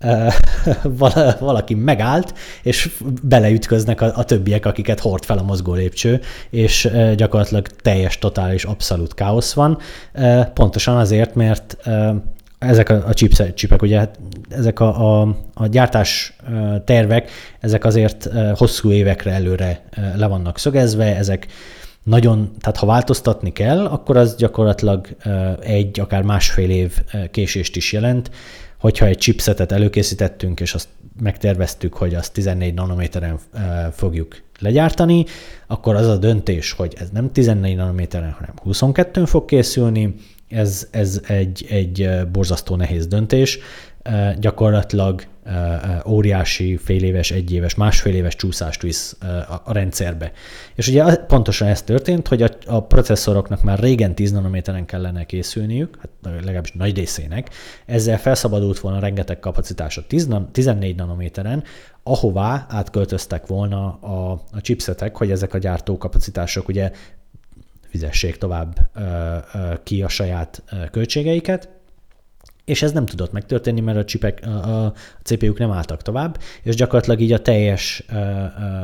valaki megállt, és beleütköznek a, a többiek, akiket hord fel a mozgó lépcső, és gyakorlatilag teljes, totális, abszolút káosz van. Pontosan azért, mert ezek a, a chipset, chipek, ugye ezek a, a, a gyártás tervek, ezek azért hosszú évekre előre le vannak szögezve, ezek nagyon, tehát ha változtatni kell, akkor az gyakorlatilag egy, akár másfél év késést is jelent. Hogyha egy chipsetet előkészítettünk, és azt megterveztük, hogy azt tizennégy nanométeren fogjuk legyártani, akkor az a döntés, hogy ez nem tizennégy nanométeren, hanem huszonkettőn fog készülni, ez, ez egy, egy borzasztó nehéz döntés. Gyakorlatilag óriási féléves, egyéves, másfél éves csúszást visz a rendszerbe. És ugye pontosan ez történt, hogy a, a processzoroknak már régen tíz nanométeren kellene készülniük, hát legalábbis nagy részének, ezzel felszabadult volna rengeteg kapacitás a tizennégy nanométeren, ahová átköltöztek volna a, a chipsetek, hogy ezek a gyártókapacitások ugye fizessék tovább ö, ö, ki a saját ö, költségeiket, és ez nem tudott megtörténni, mert a csipek, a, a cé pé ú-k nem álltak tovább, és gyakorlatilag így a teljes ö, ö,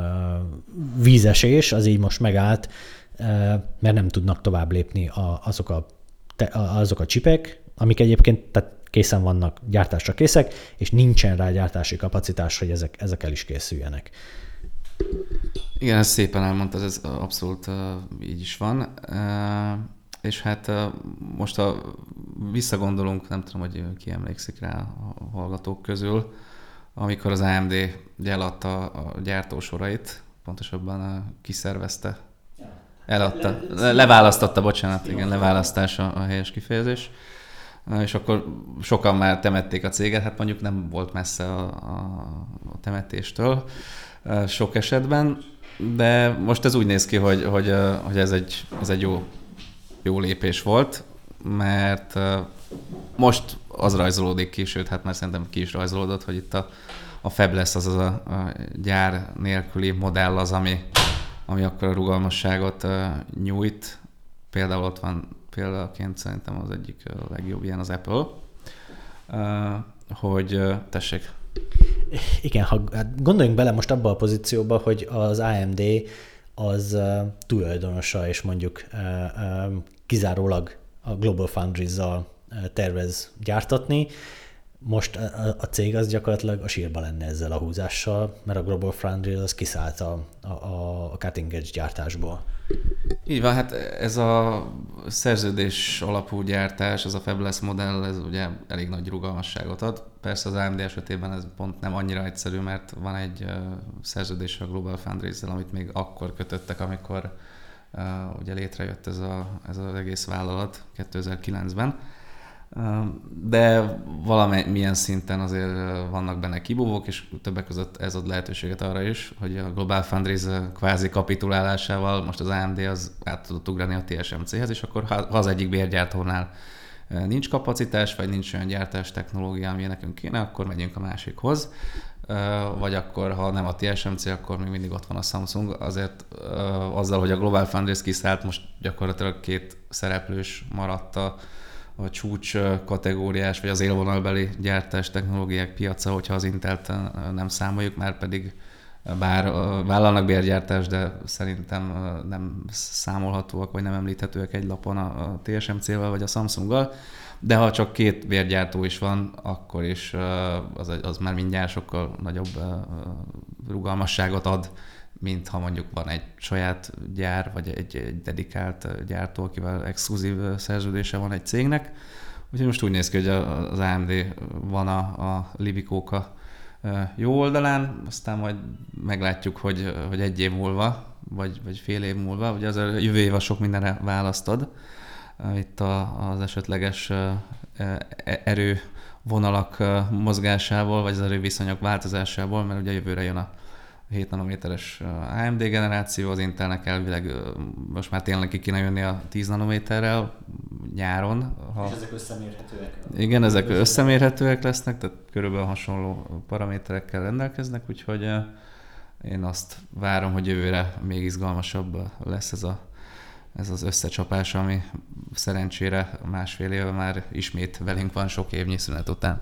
vízesés az így most megállt, ö, mert nem tudnak tovább lépni a, azok, a, te, azok a csipek, amik egyébként tehát készen vannak, gyártásra készek, és nincsen rá gyártási kapacitás, hogy ezek, ezek el is készüljenek. Igen, ezt szépen elmondtad, ez abszolút uh, így is van. Uh, és hát uh, most ha visszagondolunk, nem tudom, hogy ki emlékszik rá a hallgatók közül, amikor az á em dé eladta a gyártósorait, pontosabban uh, kiszervezte, eladta, le, leválasztotta, bocsánat, igen, leválasztás a, a helyes kifejezés, uh, és akkor sokan már temették a céget, hát mondjuk nem volt messze a, a, a temetéstől, sok esetben, de most ez úgy néz ki, hogy, hogy, hogy ez egy, ez egy jó, jó lépés volt, mert most az rajzolódik ki, sőt, hát már szerintem ki is rajzolódott, hogy itt a, a fabless, az a, a gyár nélküli modell az, ami, ami akkor a rugalmasságot nyújt. Például ott van példaként szerintem az egyik a legjobb ilyen az Apple, hogy tessék. Igen, ha gondoljunk bele most abba a pozícióba, hogy az á em dé az uh, tulajdonosa, és mondjuk uh, uh, kizárólag a Global Foundries-zal uh, tervez gyártatni. Most a, a cég az gyakorlatilag a sírba lenne ezzel a húzással, mert a Global Foundries az kiszállt a, a, a cutting edge gyártásból. Így van, hát ez a szerződés alapú gyártás, ez a fabless modell, ez ugye elég nagy rugalmasságot ad. Persze az á em dé esetében ez pont nem annyira egyszerű, mert van egy uh, szerződés a Global Foundries-zel, amit még akkor kötöttek, amikor uh, ugye létrejött ez, a, ez az egész vállalat kétezer-kilencben. Uh, de valamilyen szinten azért vannak benne kibúvók, és többek között ez ad lehetőséget arra is, hogy a Global Foundries kvázi kapitulálásával most az á em dé az át tudott ugrani a té es em cé-hez, és akkor ha az egyik bérgyártónál nincs kapacitás, vagy nincs olyan gyártás technológia, ami nekünk kéne, akkor megyünk a másikhoz. Vagy akkor, ha nem a té es em cé, akkor még mindig ott van a Samsung. Azért azzal, hogy a Global Foundries kiszállt, most gyakorlatilag két szereplős maradt a, a csúcs kategóriás, vagy az élvonalbeli gyártás technológiák piaca, hogyha az Intelt nem számoljuk, már pedig bár vállalnak bérgyártást, de szerintem nem számolhatóak, vagy nem említhetőek egy lapon a té es em cé-vel, vagy a Samsunggal. De ha csak két bérgyártó is van, akkor is az, az már mindjárt sokkal nagyobb rugalmasságot ad, mint ha mondjuk van egy saját gyár, vagy egy, egy dedikált gyártó, akivel exkluzív szerződése van egy cégnek. Úgyhogy most úgy néz ki, hogy az á em dé van a, a Libicóka jó oldalán, aztán majd meglátjuk, hogy, hogy egy év múlva, vagy, vagy fél év múlva, ugye az a jövő év sok mindenre választod. Itt a, az esetleges erővonalak mozgásából, vagy az erőviszonyok változásából, mert ugye jövőre jön a, hét nanométeres á em dé generáció, az Intelnek elvileg most már tényleg ki kéne jönni a tíz nanométerrel nyáron. Ha... És ezek összemérhetőek? Igen, ezek összemérhetőek lesznek, tehát körülbelül hasonló paraméterekkel rendelkeznek, úgyhogy én azt várom, hogy jövőre még izgalmasabb lesz ez, a, ez az összecsapás, ami szerencsére másfél éve már ismét velünk van sok évnyi szünet után.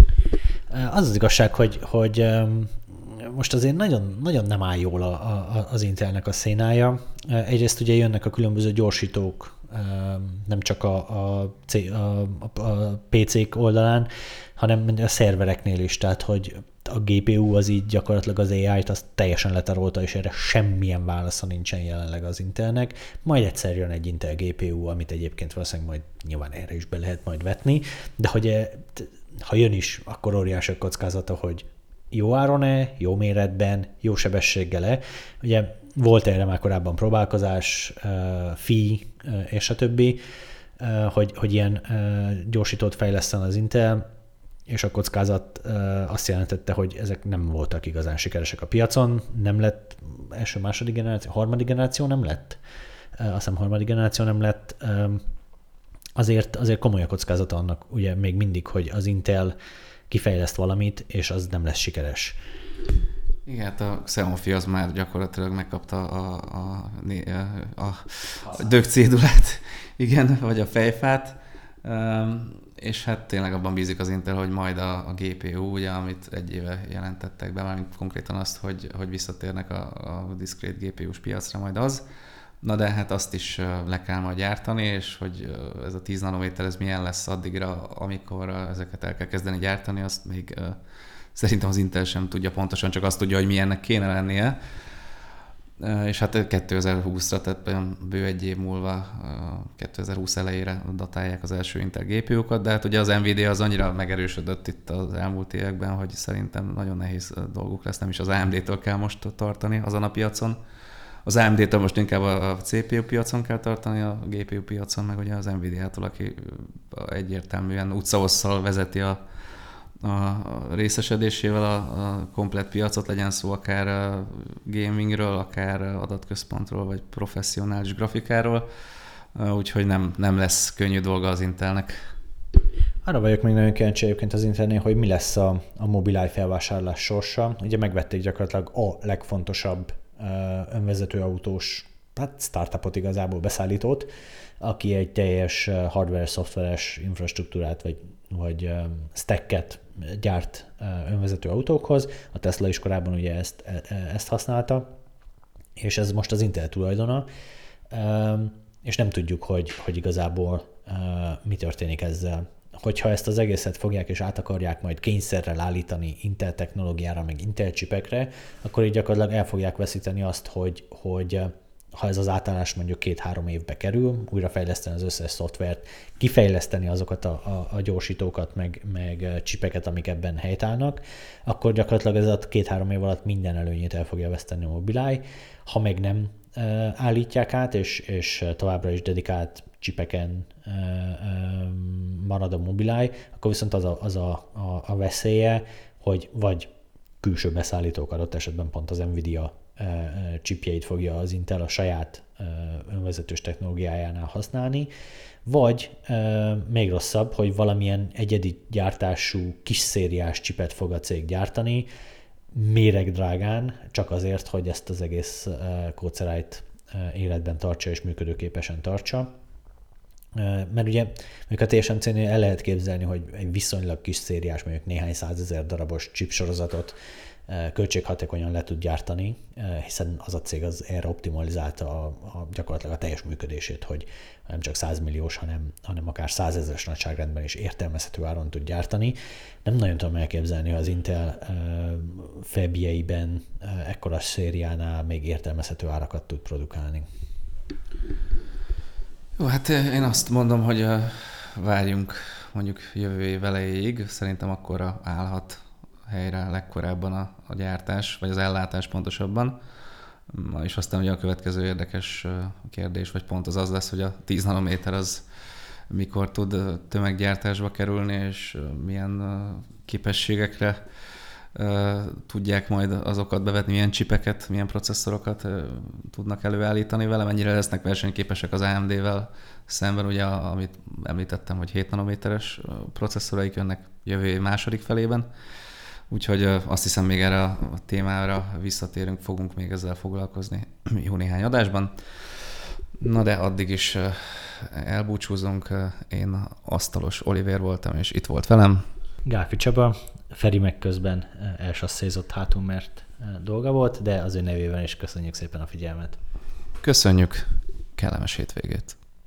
Az az igazság, hogy, hogy most azért nagyon, nagyon nem áll jól a, a, az Intelnek a szénája. Egyrészt ugye jönnek a különböző gyorsítók, nem csak a, a, a, a pé cék oldalán, hanem a szervereknél is, tehát hogy a gé pé u az így gyakorlatilag az á í-t azt teljesen letarolta, és erre semmilyen válasza nincsen jelenleg az Intelnek. Majd egyszer jön egy Intel gé pé u, amit egyébként valószínűleg majd nyilván erre is be lehet majd vetni, de hogy ha jön is, akkor óriási kockázata, hogy jó áron-e, jó méretben, jó sebességgel-e. Ugye volt erre már korábban próbálkozás, fi és a többi, hogy, hogy ilyen gyorsítót fejleszten az Intel, és a kockázat azt jelentette, hogy ezek nem voltak igazán sikeresek a piacon, nem lett első, második generáció, harmadik generáció nem lett. Azt hiszem harmadik generáció nem lett. Azért, azért komoly a kockázata annak ugye még mindig, hogy az Intel kifejleszt valamit, és az nem lesz sikeres. Igen, hát a Xeonphi az már gyakorlatilag megkapta a, a, a, a, a dögcédulát, igen, vagy a fejfát, és hát tényleg abban bízik az Intel, hogy majd a, a gé pé u, ugye, amit egy éve jelentettek be, mármint konkrétan azt, hogy, hogy visszatérnek a, a diszkrét gé pé u-s piacra majd az. Na de hát azt is le kell majd gyártani, és hogy ez a tíz nanométer, ez milyen lesz addigra, amikor ezeket el kell kezdeni gyártani, azt még szerintem az Intel sem tudja pontosan, csak azt tudja, hogy milyennek kéne lennie. És hát kétezer-húszra, tehát olyan bő egy év múlva, kétezer-húsz elejére datálják az első Intel gé pé u-kat, de hát ugye az Nvidia az annyira megerősödött itt az elmúlt években, hogy szerintem nagyon nehéz dolguk lesz, nem is az á em dé-től kell most tartani azon a piacon. Az á em dé-től most inkább a cé pé u piacon kell tartani, a gé pé u piacon, meg ugye az Nvidia-tól, aki egyértelműen utcahosszal vezeti a, a részesedésével a, a komplett piacot, legyen szó akár gamingről, akár adatközpontról, vagy professzionális grafikáról, úgyhogy nem, nem lesz könnyű dolga az Intelnek. Arra vagyok még nagyon kíváncsi egyébként az Intelnél, hogy mi lesz a, a Mobileye felvásárlás sorsa. Ugye megvették gyakorlatilag a legfontosabb önvezető autós, hát startupot igazából beszállítót, aki egy teljes hardware-szoftveres infrastruktúrát vagy, vagy stacket gyárt önvezető autókhoz. A Tesla is korábban ugye ezt, ezt használta, és ez most az Intel tulajdona, és nem tudjuk, hogy, hogy igazából mi történik ezzel. Hogyha ezt az egészet fogják és át akarják majd kényszerrel állítani Intel technológiára, meg Intel csipekre, akkor így gyakorlatilag el fogják veszíteni azt, hogy, hogy ha ez az átállás mondjuk két-három évbe kerül, újrafejleszteni az összes szoftvert, kifejleszteni azokat a, a, a gyorsítókat, meg, meg csipeket, amik ebben helytállnak, akkor gyakorlatilag ez a két-három év alatt minden előnyét el fogja veszteni a Mobileye. Ha meg nem e, állítják át, és, és továbbra is dedikált csipeken e, e, marad a Mobileye, akkor viszont az a, az a, a, a veszélye, hogy vagy külső beszállítók, adott esetben pont az Nvidia chipjeit fogja az Intel a saját önvezetős technológiájánál használni, vagy még rosszabb, hogy valamilyen egyedi gyártású, kis szériás csipet fog a cég gyártani, méregdrágán, csak azért, hogy ezt az egész kódszerájt életben tartsa és működőképesen tartsa. Mert ugye mondjuk a té es em cé-nél el lehet képzelni, hogy egy viszonylag kis szériás, mondjuk néhány százezer darabos chipsorozatot költséghatékonyan le tud gyártani, hiszen az a cég az erre optimalizálta a, a gyakorlatilag a teljes működését, hogy nem csak százmilliós, hanem, hanem akár százezeres nagyságrendben is értelmezhető áron tud gyártani. Nem nagyon tudom elképzelni, hogy az Intel fabjeiben ekkora szériánál még értelmezhető árakat tud produkálni. Jó, hát én azt mondom, hogy várjunk mondjuk jövő év elejéig, szerintem akkora állhat helyre legkorábban a, a gyártás, vagy az ellátás pontosabban. És aztán ugye a következő érdekes kérdés, vagy pont az az lesz, hogy a tíz nanométer az mikor tud tömeggyártásba kerülni, és milyen képességekre tudják majd azokat bevetni, milyen csipeket, milyen processzorokat tudnak előállítani vele, mennyire lesznek versenyképesek az á em dé-vel szemben, ugye, amit említettem, hogy hét nanométeres processzoraik jönnek jövő év második felében. Úgyhogy azt hiszem, még erre a témára visszatérünk, fogunk még ezzel foglalkozni jó néhány adásban. Na de addig is elbúcsúzunk. Én Asztalos Olivér voltam, és itt volt velem Gálfi Csaba. Feri meg közben elsasszézott hátul, mert dolga volt, de az ő nevében is köszönjük szépen a figyelmet. Köszönjük, kellemes hétvégét!